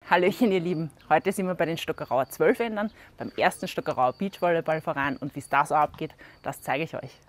Hallöchen ihr Lieben, heute sind wir bei den Stockerauer Zwölfendern, beim ersten Stockerauer Beachvolleyballverein und wie es da so abgeht, das zeige ich euch.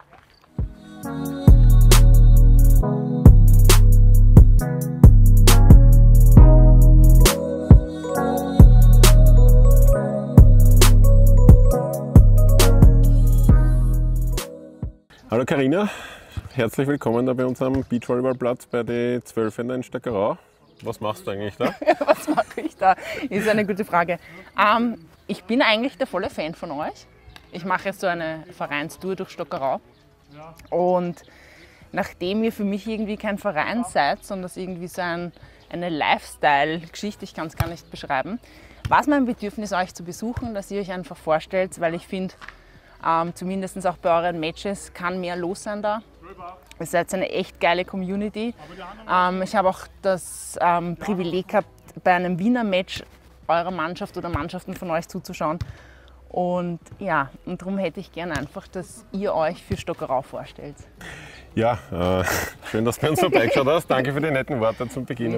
Hallo Karina, herzlich willkommen da bei unserem Beachvolleyballplatz bei den Zwölfender in Stockerau. Was machst du eigentlich da? Was mache ich da? Ist eine gute Frage. Ich bin eigentlich der volle Fan von euch. Ich mache jetzt so eine Vereinstour durch Stockerau. Und nachdem ihr für mich irgendwie kein Verein seid, sondern irgendwie so eine Lifestyle-Geschichte, ich kann es gar nicht beschreiben, war es mein Bedürfnis, euch zu besuchen, dass ihr euch einfach vorstellt, weil ich finde, zumindest auch bei euren Matches kann mehr los sein da. Ihr seid eine echt geile Community. Ich habe auch das Privileg gehabt, bei einem Wiener Match eurer Mannschaft oder Mannschaften von euch zuzuschauen. Und ja, und darum hätte ich gerne einfach, dass ihr euch für Stockerau vorstellt. Ja, schön, dass du uns vorbeigeschaut hast. Danke für die netten Worte zum Beginn.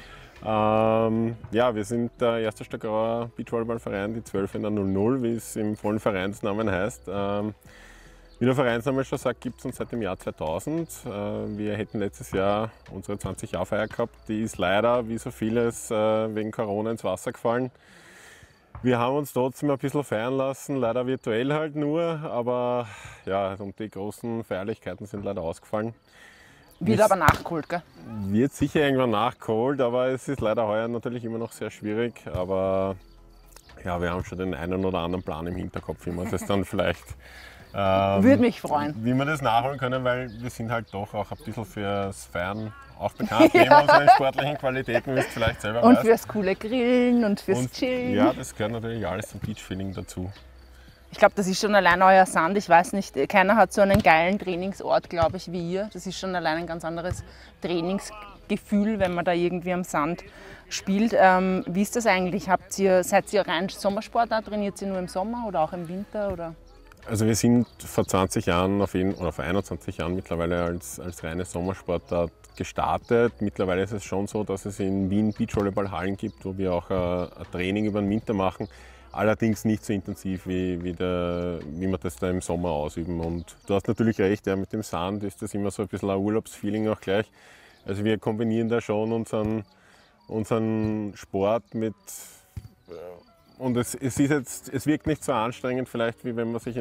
Ja, wir sind der erste Stockerauer Beachvolleyballverein, die Zwölfender 00, wie es im vollen Vereinsnamen heißt. Wie der Vereinsname schon sagt, gibt es uns seit dem Jahr 2000. Wir hätten letztes Jahr unsere 20-Jahr-Feier gehabt. Die ist leider, wie so vieles, wegen Corona ins Wasser gefallen. Wir haben uns trotzdem ein bisschen feiern lassen, leider virtuell halt nur, aber ja, und die großen Feierlichkeiten sind leider ausgefallen. Wird aber nachgeholt, gell? Wird sicher irgendwann nachgeholt, aber es ist leider heuer natürlich immer noch sehr schwierig. Aber ja, wir haben schon den einen oder anderen Plan im Hinterkopf, wie man das dann vielleicht würde mich freuen. Wie wir das nachholen können, weil wir sind halt doch auch ein bisschen fürs Feiern auch bekannt, neben unseren sportlichen Qualitäten, wie es vielleicht selber Und weißt. fürs coole Grillen und fürs Chillen. Ja, das gehört natürlich alles zum Beach-Feeling dazu. Ich glaube, das ist schon allein euer Sand. Ich weiß nicht, keiner hat so einen geilen Trainingsort, glaube ich, wie ihr. Das ist schon allein ein ganz anderes Trainingsgefühl, wenn man da irgendwie am Sand spielt. Wie ist das eigentlich? Seid ihr rein Sommersportart? Trainiert ihr nur im Sommer oder auch im Winter? Oder? Also wir sind vor 20 Jahren oder vor 21 Jahren mittlerweile als reine Sommersportart gestartet. Mittlerweile ist es schon so, dass es in Wien Beachvolleyballhallen gibt, wo wir auch ein Training über den Winter machen. Allerdings nicht so intensiv, wie wir das da im Sommer ausüben. Und du hast natürlich recht, ja, mit dem Sand ist das immer so ein bisschen ein Urlaubsfeeling auch gleich. Also wir kombinieren da schon unseren Sport mit... Und es wirkt nicht so anstrengend vielleicht, wie wenn man sich wenn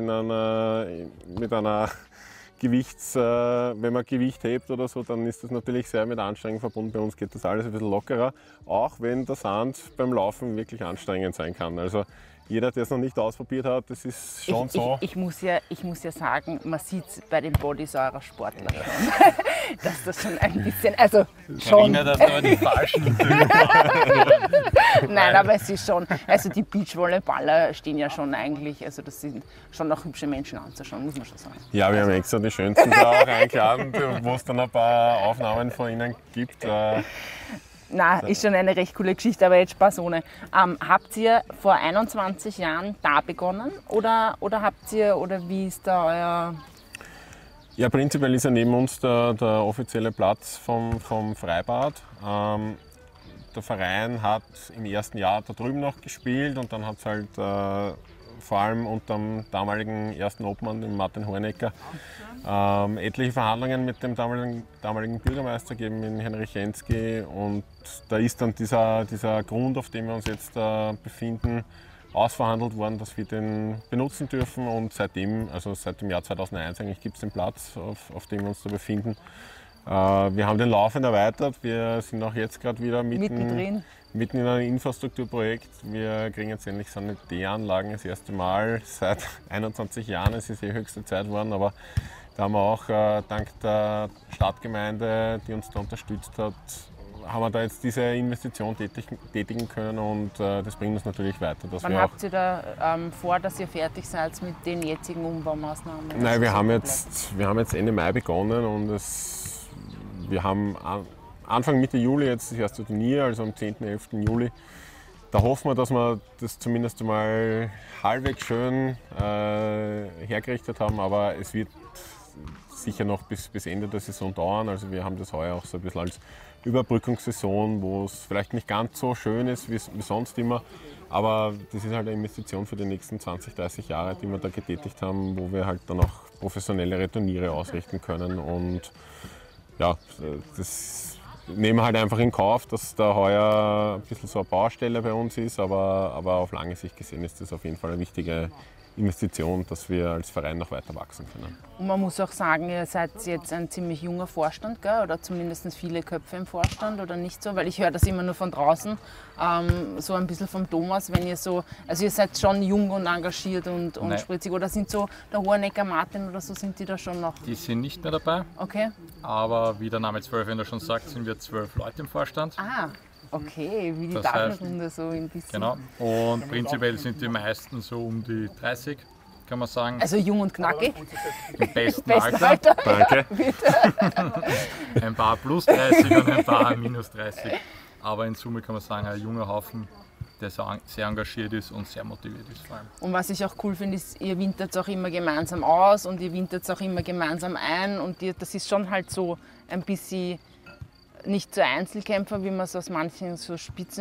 man Gewicht hebt oder so, dann ist das natürlich sehr mit Anstrengung verbunden. Bei uns geht das alles ein bisschen lockerer, auch wenn der Sand beim Laufen wirklich anstrengend sein kann. Also jeder, der es noch nicht ausprobiert hat, das ist schon so. Ich muss ja sagen, man sieht es bei den Bodies eurer Sportler schon, dass das schon ein bisschen, also schon. Das aber die falschen Nein, aber es ist schon, also die Beachvolleyballer stehen ja schon eigentlich, also das sind schon noch hübsche Menschen anzuschauen, muss man schon sagen. Ja, wir haben extra die schönsten da auch eingeladen, wo es dann ein paar Aufnahmen von ihnen gibt. Nein, ist schon eine recht coole Geschichte, aber jetzt Spaß ohne. Habt ihr vor 21 Jahren da begonnen oder wie ist da euer... Ja, prinzipiell ist ja neben uns der offizielle Platz vom Freibad. Der Verein hat im ersten Jahr da drüben noch gespielt und dann hat es halt vor allem unter dem damaligen ersten Obmann, dem Martin Hornecker, etliche Verhandlungen mit dem damaligen Bürgermeister gegeben, in Henrich Jensky, und da ist dann dieser Grund, auf dem wir uns jetzt befinden, ausverhandelt worden, dass wir den benutzen dürfen, und seitdem, also seit dem Jahr 2001 eigentlich, gibt es den Platz, auf dem wir uns da befinden. Wir haben den laufend erweitert, wir sind auch jetzt gerade wieder mitten in einem Infrastrukturprojekt. Wir kriegen jetzt endlich Sanitäranlagen das erste Mal seit 21 Jahren, es ist höchste Zeit geworden, aber da haben wir auch dank der Stadtgemeinde, die uns da unterstützt hat, haben wir da jetzt diese Investition tätigen können, und das bringt uns natürlich weiter. Wann habt ihr da vor, dass ihr fertig seid mit den jetzigen Umbaumaßnahmen? Nein, wir haben jetzt Ende Mai begonnen, und wir haben Anfang Mitte Juli jetzt das erste Turnier, also am 10. 11. Juli. Da hoffen wir, dass wir das zumindest mal halbwegs schön hergerichtet haben, aber es wird sicher noch bis Ende der Saison dauern. Also wir haben das heuer auch so ein bisschen als Überbrückungssaison, wo es vielleicht nicht ganz so schön ist wie sonst immer. Aber das ist halt eine Investition für die nächsten 20, 30 Jahre, die wir da getätigt haben, wo wir halt dann auch professionellere Turniere ausrichten können. Und ja, das nehmen wir halt einfach in Kauf, dass da heuer ein bisschen so eine Baustelle bei uns ist. Aber auf lange Sicht gesehen ist das auf jeden Fall eine wichtige Investition, dass wir als Verein noch weiter wachsen können. Und man muss auch sagen, ihr seid jetzt ein ziemlich junger Vorstand, gell? Oder zumindest viele Köpfe im Vorstand oder nicht so, weil ich höre das immer nur von draußen, so ein bisschen vom Thomas, wenn ihr so, also ihr seid schon jung und engagiert und spritzig, oder sind so der Hohenecker Martin oder so, sind die da schon noch? Die sind nicht mehr dabei, Okay. aber wie der Name 12 schon sagt, sind wir 12 Leute im Vorstand. Ah, okay, wie die Das heißt, Tafelrunde so ein bisschen. Genau. Und prinzipiell sind die meisten so um die 30, kann man sagen. Also jung und knackig. Im besten Bestes Alter. Alter. Danke. Ein paar plus 30 und ein paar minus 30. Aber in Summe kann man sagen, ein junger Haufen, der sehr engagiert ist und sehr motiviert ist vor allem. Und was ich auch cool finde, ist, ihr wintert auch immer gemeinsam aus und ihr wintert auch immer gemeinsam ein. Und das ist schon halt so ein bisschen nicht so Einzelkämpfer, wie man es aus manchen so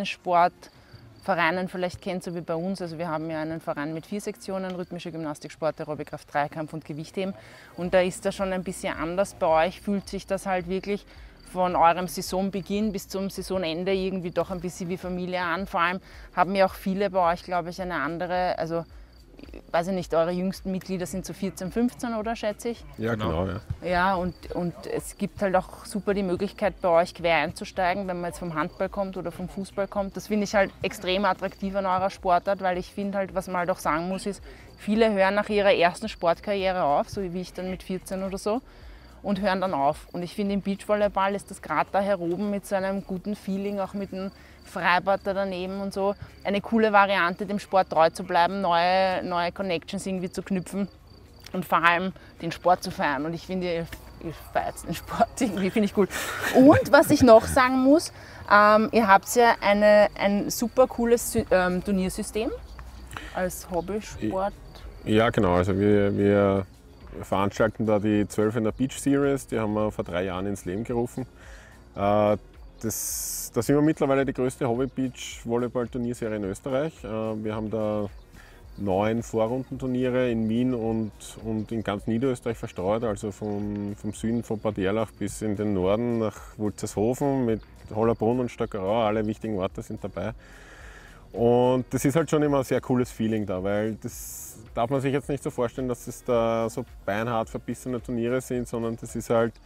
Spitzensportvereinen vielleicht kennt, so wie bei uns. Also wir haben ja einen Verein mit 4 Sektionen, rhythmische Gymnastik, Sport, Aerobic, Kraft, Dreikampf und Gewichtheben. Und da ist das schon ein bisschen anders. Bei euch fühlt sich das halt wirklich von eurem Saisonbeginn bis zum Saisonende irgendwie doch ein bisschen wie Familie an. Vor allem haben ja auch viele bei euch, glaube ich, eine andere, also weiß ich nicht, eure jüngsten Mitglieder sind so 14, 15 oder schätze ich? Ja, genau. Ja. Ja, und es gibt halt auch super die Möglichkeit bei euch quer einzusteigen, wenn man jetzt vom Handball kommt oder vom Fußball kommt. Das finde ich halt extrem attraktiv an eurer Sportart, weil ich finde halt, was man halt auch sagen muss, ist, viele hören nach ihrer ersten Sportkarriere auf, so wie ich dann mit 14 oder so, und hören dann auf. Und ich finde, im Beachvolleyball ist das gerade da heroben mit so einem guten Feeling, auch mit dem Freibad da daneben und so, eine coole Variante, dem Sport treu zu bleiben, neue Connections irgendwie zu knüpfen und vor allem den Sport zu feiern. Und ich finde, ihr feiert den Sport irgendwie, finde ich cool. Und was ich noch sagen muss, ihr habt ja ein super cooles Turniersystem als Hobbysport. Ja, genau. Also wir veranstalten da die 12 in der Beach Series, die haben wir vor 3 Jahren ins Leben gerufen. Da sind wir mittlerweile die größte Hobby-Beach-Volleyball-Turnierserie in Österreich. Wir haben da 9 Vorrundenturniere in Wien und in ganz Niederösterreich verstreut, also vom Süden von Bad Erlach bis in den Norden nach Wulzershofen mit Hollerbrunn und Stockerau. Alle wichtigen Orte sind dabei. Und das ist halt schon immer ein sehr cooles Feeling da, weil das darf man sich jetzt nicht so vorstellen, dass es da so beinhart verbissene Turniere sind, sondern das ist halt,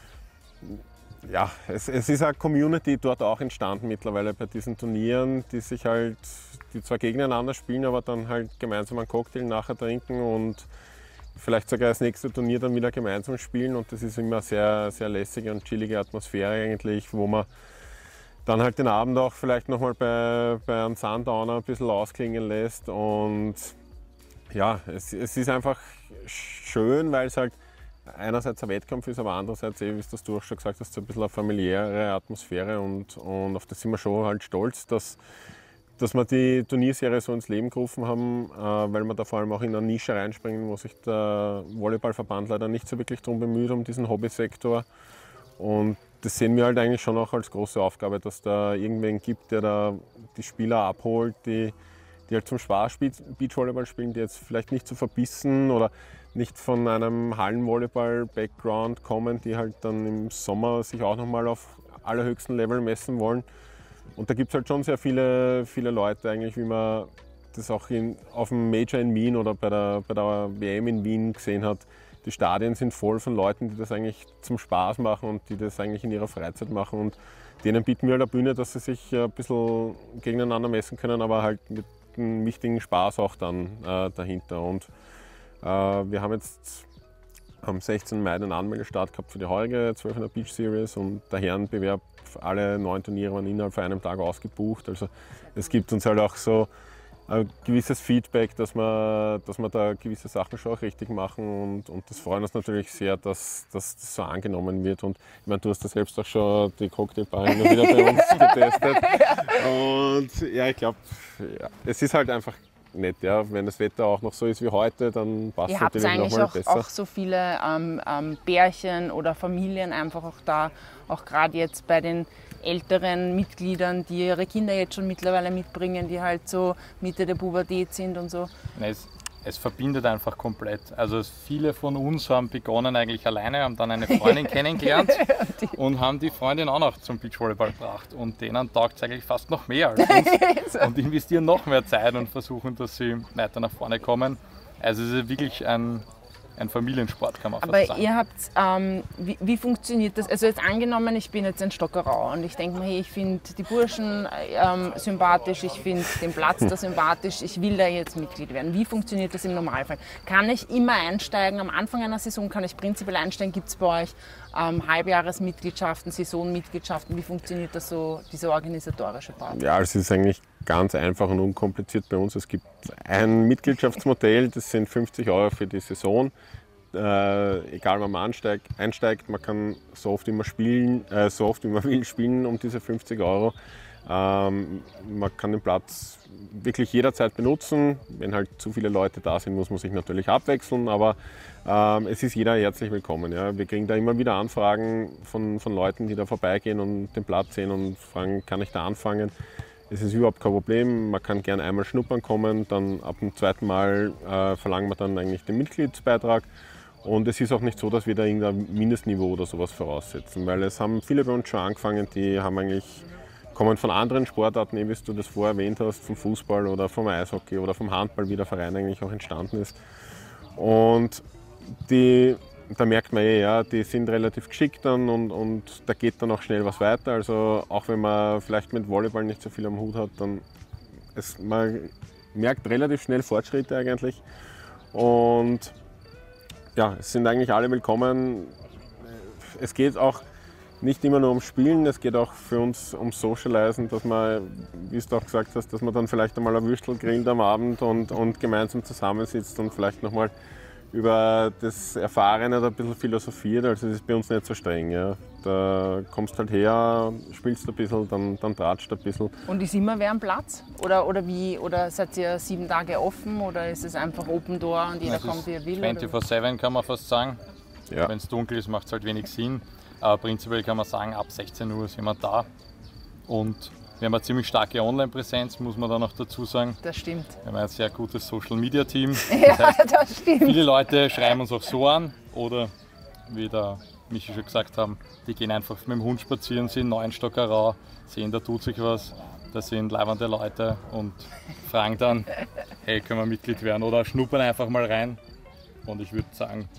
ja, es ist eine Community dort auch entstanden mittlerweile bei diesen Turnieren, die zwar gegeneinander spielen, aber dann halt gemeinsam einen Cocktail nachher trinken und vielleicht sogar das nächste Turnier dann wieder gemeinsam spielen. Und das ist immer eine sehr, sehr lässige und chillige Atmosphäre eigentlich, wo man dann halt den Abend auch vielleicht nochmal bei einem Sundowner ein bisschen ausklingen lässt. Und ja, es ist einfach schön, weil es halt einerseits ein Wettkampf ist, aber andererseits, wie es das du auch schon gesagt hast, so ein bisschen eine familiäre Atmosphäre und auf das sind wir schon halt stolz, dass wir die Turnierserie so ins Leben gerufen haben, weil wir da vor allem auch in eine Nische reinspringen, wo sich der Volleyballverband leider nicht so wirklich darum bemüht, um diesen Hobbysektor. Und das sehen wir halt eigentlich schon auch als große Aufgabe, dass da irgendwen gibt, der da die Spieler abholt, die halt zum Spaß Beachvolleyball spielen, die jetzt vielleicht nicht so verbissen oder nicht von einem Hallenvolleyball-Background kommen, die halt dann im Sommer sich auch nochmal auf allerhöchstem Level messen wollen. Und da gibt es halt schon sehr viele Leute eigentlich, wie man das auch auf dem Major in Wien oder bei der WM in Wien gesehen hat. Die Stadien sind voll von Leuten, die das eigentlich zum Spaß machen und die das eigentlich in ihrer Freizeit machen. Und denen bieten wir halt eine Bühne, dass sie sich ein bisschen gegeneinander messen können, aber halt mit einem wichtigen Spaß auch dann dahinter. Und wir haben jetzt am 16. Mai den Anmeldestart gehabt für die heurige 12er Beach Series und der Herrenbewerb, alle 9 Turniere waren innerhalb von einem Tag ausgebucht. Also es gibt uns halt auch so ein gewisses Feedback, dass wir da gewisse Sachen schon auch richtig machen und das freut uns natürlich sehr, dass das so angenommen wird. Und ich meine, du hast ja selbst auch schon die Cocktailbar wieder bei uns getestet. Und ja, ich glaube, ja, es ist halt einfach nett. Ja. Wenn das Wetter auch noch so ist wie heute, dann passt es natürlich eigentlich nochmal besser. auch so viele Pärchen oder Familien einfach auch da, auch gerade jetzt bei den älteren Mitgliedern, die ihre Kinder jetzt schon mittlerweile mitbringen, die halt so Mitte der Pubertät sind und so. Es verbindet einfach komplett. Also viele von uns haben begonnen eigentlich alleine, haben dann eine Freundin kennengelernt und haben die Freundin auch noch zum Beachvolleyball gebracht. Und denen taugt es eigentlich fast noch mehr als uns und investieren noch mehr Zeit und versuchen, dass sie weiter nach vorne kommen. Also es ist wirklich ein Familiensport, kann man fast sagen. Aber ihr habt, wie funktioniert das? Also jetzt angenommen, ich bin jetzt in Stockerau und ich denke mir, hey, ich finde die Burschen sympathisch, ich finde den Platz da sympathisch, ich will da jetzt Mitglied werden. Wie funktioniert das im Normalfall? Kann ich immer einsteigen? Am Anfang einer Saison kann ich prinzipiell einsteigen? Gibt es bei euch Halbjahresmitgliedschaften, Saisonmitgliedschaften? Wie funktioniert das so, dieser organisatorische Part? Ja, es ist eigentlich ganz einfach und unkompliziert bei uns. Es gibt ein Mitgliedschaftsmodell, das sind 50 € für die Saison. Egal wann man einsteigt, man kann so oft wie man will spielen um diese 50 €. Man kann den Platz wirklich jederzeit benutzen. Wenn halt zu viele Leute da sind, muss man sich natürlich abwechseln, aber es ist jeder herzlich willkommen. Ja. Wir kriegen da immer wieder Anfragen von Leuten, die da vorbeigehen und den Platz sehen und fragen, kann ich da anfangen? Es ist überhaupt kein Problem, man kann gerne einmal schnuppern kommen, dann ab dem zweiten Mal verlangen wir dann eigentlich den Mitgliedsbeitrag. Und es ist auch nicht so, dass wir da irgendein Mindestniveau oder sowas voraussetzen, weil es haben viele bei uns schon angefangen, die kommen von anderen Sportarten, wie du das vorher erwähnt hast, vom Fußball oder vom Eishockey oder vom Handball, wie der Verein eigentlich auch entstanden ist. Und da merkt man ja, die sind relativ geschickt dann und da geht dann auch schnell was weiter. Also auch wenn man vielleicht mit Volleyball nicht so viel am Hut hat, man merkt relativ schnell Fortschritte eigentlich. Und ja, es sind eigentlich alle willkommen. Es geht auch nicht immer nur ums Spielen, es geht auch für uns ums Socialisen, dass man, wie du auch gesagt hast, dass man dann vielleicht einmal ein Würstel grillt am Abend und gemeinsam zusammensitzt und vielleicht nochmal über das Erfahrene ein bisschen philosophiert. Also es ist bei uns nicht so streng. Ja. Da kommst halt her, spielst ein bisschen, dann tratscht ein bisschen. Und ist immer wer am Platz? Oder wie? Oder seid ihr 7 Tage offen? Oder ist es einfach Open Door und jeder kommt, wie er will? 24/7 kann man fast sagen. Ja. Wenn es dunkel ist, macht es halt wenig Sinn. Aber prinzipiell kann man sagen, ab 16 Uhr ist jemand da. Und wir haben eine ziemlich starke Online-Präsenz, muss man da noch dazu sagen. Das stimmt. Wir haben ein sehr gutes Social-Media-Team. Ja, das stimmt. Viele Leute schreiben uns auch so an oder, wie der Michi schon gesagt haben, die gehen einfach mit dem Hund spazieren, sind neu in Stockerau, sehen, da tut sich was, da sind leibende Leute und fragen dann, hey, können wir Mitglied werden oder schnuppern einfach mal rein. Und ich würde sagen,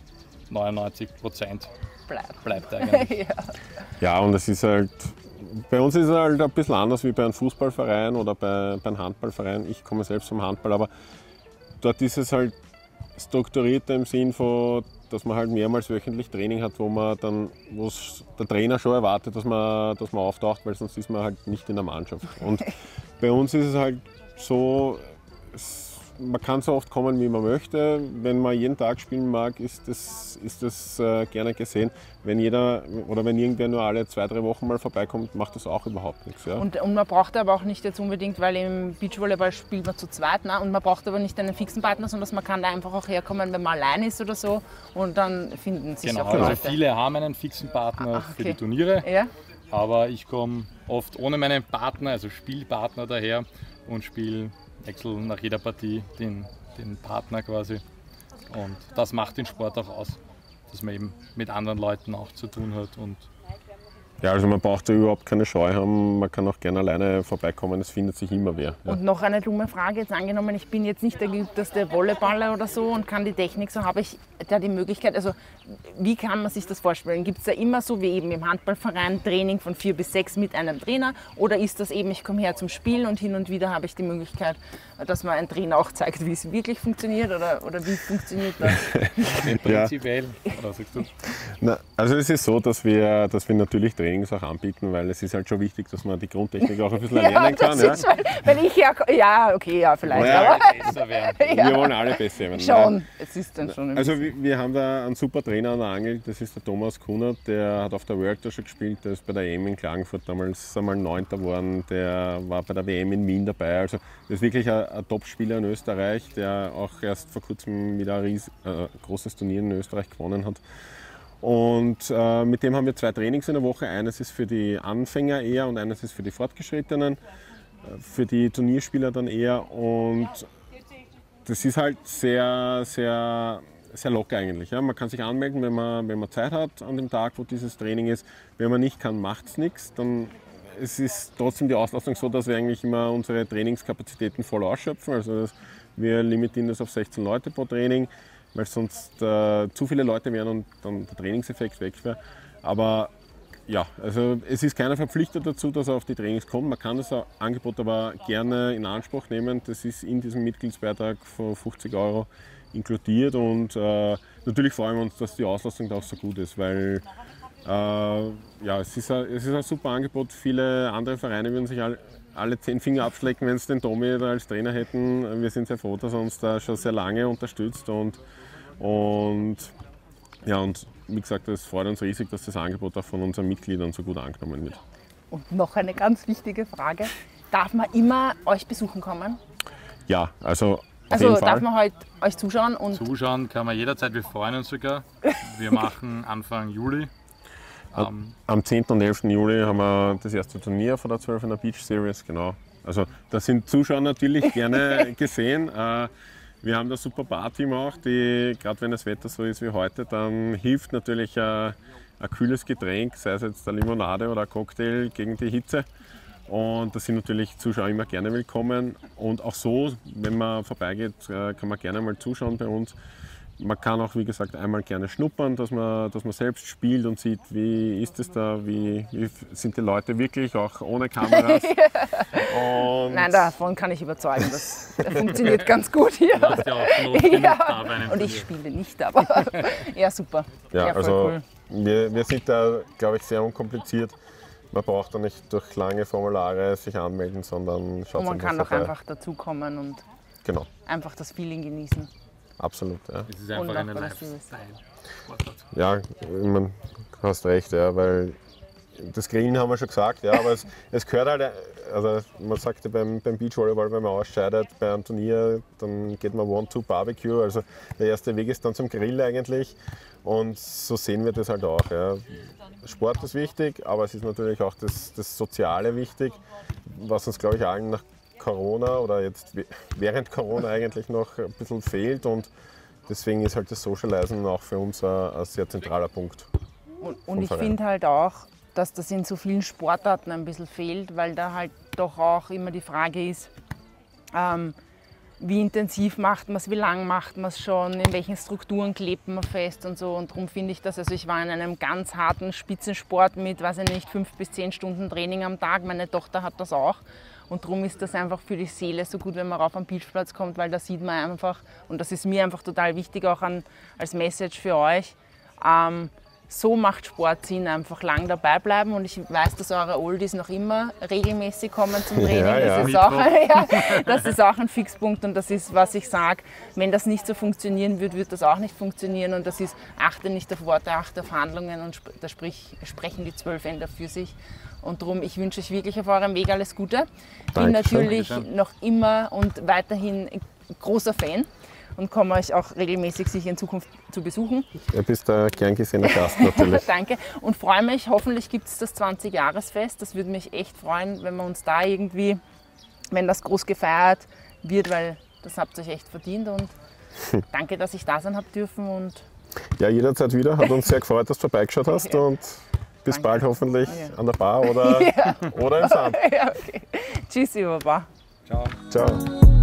99% bleibt eigentlich. Ja, und es ist halt, bei uns ist es halt ein bisschen anders wie bei einem Fußballverein oder bei einem Handballverein. Ich komme selbst vom Handball, aber dort ist es halt strukturierter im Sinn von, dass man halt mehrmals wöchentlich Training hat, wo der Trainer schon erwartet, dass man auftaucht, weil sonst ist man halt nicht in der Mannschaft. Und bei uns ist es halt so, man kann so oft kommen, wie man möchte. Wenn man jeden Tag spielen mag, ist das gerne gesehen. Wenn irgendwer nur alle 2-3 Wochen mal vorbeikommt, macht das auch überhaupt nichts. Ja. Und man braucht aber auch nicht jetzt unbedingt, weil im Beachvolleyball spielt man zu zweit, ne? Und man braucht aber nicht einen fixen Partner, sondern man kann da einfach auch herkommen, wenn man allein ist oder so. Und dann finden sich auch Leute. Also viele haben einen fixen Partner für die Turniere. Ja? Aber ich komme oft ohne meinen Partner, also Spielpartner daher und wechsel nach jeder Partie den Partner quasi. Und das macht den Sport auch aus, dass man eben mit anderen Leuten auch zu tun hat. Ja, also man braucht ja überhaupt keine Scheu haben, man kann auch gerne alleine vorbeikommen, es findet sich immer wer. Ja. Und noch eine dumme Frage, jetzt angenommen, ich bin jetzt nicht der geübteste Volleyballer oder so und kann die Technik, so habe ich da die Möglichkeit, also wie kann man sich das vorstellen? Gibt es da immer so wie eben im Handballverein Training von 4 bis 6 mit einem Trainer oder ist das eben, ich komme her zum Spielen und hin und wieder habe ich die Möglichkeit, dass man ein Trainer auch zeigt, wie es wirklich funktioniert oder wie funktioniert das? Prinzipiell, oder sagst du? Na, also es ist so, dass wir natürlich Trainer Trainings auch anbieten, weil es ist halt schon wichtig, dass man die Grundtechnik auch ein bisschen lernen kann. Das ist, weil ich ja, okay, ja, vielleicht. Naja, aber Besser werden. wir wollen alle besser werden. schon, es ist dann schon ein Also bisschen. wir haben da einen super Trainer an der Angel, das ist der Thomas Kunert, der hat auf der World Tour schon gespielt, der ist bei der EM in Klagenfurt damals einmal 9. geworden, der war bei der WM in Wien dabei. Also das ist wirklich ein Top-Spieler in Österreich, der auch erst vor kurzem wieder ein großes Turnier in Österreich gewonnen hat. Und mit dem haben wir 2 Trainings in der Woche. Eines ist für die Anfänger eher und eines ist für die Fortgeschrittenen, für die Turnierspieler dann eher. Und das ist halt sehr, sehr, sehr locker eigentlich. Ja. Man kann sich anmelden, wenn man Zeit hat an dem Tag, wo dieses Training ist. Wenn man nicht kann, macht es nichts. Es ist trotzdem die Auslastung so, dass wir eigentlich immer unsere Trainingskapazitäten voll ausschöpfen. Also wir limitieren das auf 16 Leute pro Training, weil sonst zu viele Leute wären und dann der Trainingseffekt weg wäre. Aber ja, also es ist keiner verpflichtet dazu, dass er auf die Trainings kommt. Man kann das Angebot aber gerne in Anspruch nehmen. Das ist in diesem Mitgliedsbeitrag von 50 € inkludiert und natürlich freuen wir uns, dass die Auslastung da auch so gut ist, weil ja, es ist ein super Angebot. Viele andere Vereine würden sich alle 10 Finger abschlecken, wenn sie den Tomi da als Trainer hätten. Wir sind sehr froh, dass er uns da schon sehr lange unterstützt und wie gesagt, es freut uns riesig, dass das Angebot auch von unseren Mitgliedern so gut angenommen wird. Und noch eine ganz wichtige Frage. Darf man immer euch besuchen kommen? Ja, also auf Also jeden Fall. darf man halt euch zuschauen? Und Zuschauen kann man jederzeit, wir freuen uns sogar. Wir machen Anfang Juli. Am 10. und 11. Juli haben wir das erste Turnier von der 12er Beach Series, genau. Also da sind Zuschauer natürlich gerne gesehen. Wir haben das super Barteam auch, die, gerade wenn das Wetter so ist wie heute, dann hilft natürlich ein kühles Getränk, sei es jetzt eine Limonade oder ein Cocktail gegen die Hitze. Und da sind natürlich Zuschauer immer gerne willkommen. Und auch so, wenn man vorbeigeht, kann man gerne mal zuschauen bei uns. Man kann auch, wie gesagt, einmal gerne schnuppern, dass man selbst spielt und sieht, wie ist es da, wie sind die Leute wirklich, auch ohne Kameras. Und nein, davon kann ich überzeugen, das funktioniert ganz gut hier. Du hast ja auch Not genug da bei einem Und ich Turnier. spiele nicht, aber ja, super. ja, voll also cool. wir sind da, glaube ich, sehr unkompliziert. Man braucht da nicht durch lange Formulare sich anmelden, sondern schaut Und man kann einfach doch vorbei. einfach dazukommen und Genau, einfach das Feeling genießen. absolut. Ja. Es ist einfach eine Wunderbar, dass ihr wisst. Lifestyle-Sportart. Ja, ich mein, du hast recht, ja, weil das Grillen haben wir schon gesagt, ja, aber es gehört halt, also man sagt ja beim Beachvolleyball, wenn man ausscheidet bei einem Turnier, dann geht man One-Two-Barbecue, also der erste Weg ist dann zum Grill eigentlich und so sehen wir das halt auch. Ja. Sport ist wichtig, aber es ist natürlich auch das Soziale wichtig, was uns, glaube ich, allen nach Corona oder jetzt während Corona eigentlich noch ein bisschen fehlt und deswegen ist halt das Socializen auch für uns ein sehr zentraler Punkt. Und ich Verein. finde halt auch, dass das in so vielen Sportarten ein bisschen fehlt, weil da halt doch auch immer die Frage ist, wie intensiv macht man es, wie lang macht man es schon, in welchen Strukturen klebt man fest und so. Und darum finde ich das, also ich war in einem ganz harten Spitzensport mit, weiß ich nicht, 5 bis 10 Stunden Training am Tag. Meine Tochter hat das auch. Und darum ist das einfach für die Seele so gut, wenn man rauf am Beachplatz kommt, weil da sieht man einfach, und das ist mir einfach total wichtig, auch als Message für euch, so macht Sport Sinn, einfach lang dabei bleiben. Und ich weiß, dass eure Oldies noch immer regelmäßig kommen zum Training. Ja, Das ist auch ein Fixpunkt und das ist, was ich sage. Wenn das nicht so funktionieren wird, wird das auch nicht funktionieren. Und das ist, achte nicht auf Worte, achte auf Handlungen und da sprechen die 12 Änder für sich. Und darum, ich wünsche euch wirklich auf eurem Weg alles Gute. Bin Dankeschön. natürlich noch immer und weiterhin großer Fan und komme euch auch regelmäßig sicher in Zukunft zu besuchen. Du bist ein gern gesehener Gast natürlich. Danke und freue mich, hoffentlich gibt es das 20-Jahres-Fest. Das würde mich echt freuen, wenn wir uns da irgendwie, wenn das groß gefeiert wird, weil das habt ihr euch echt verdient und danke, dass ich da sein habe dürfen. Und Ja, jederzeit wieder. Hat uns sehr gefreut, dass du vorbeigeschaut hast und bis Danke. bald hoffentlich Ja. an der Bar oder im Sand. ja, okay. Tschüssi, Baba. Ciao. Ciao.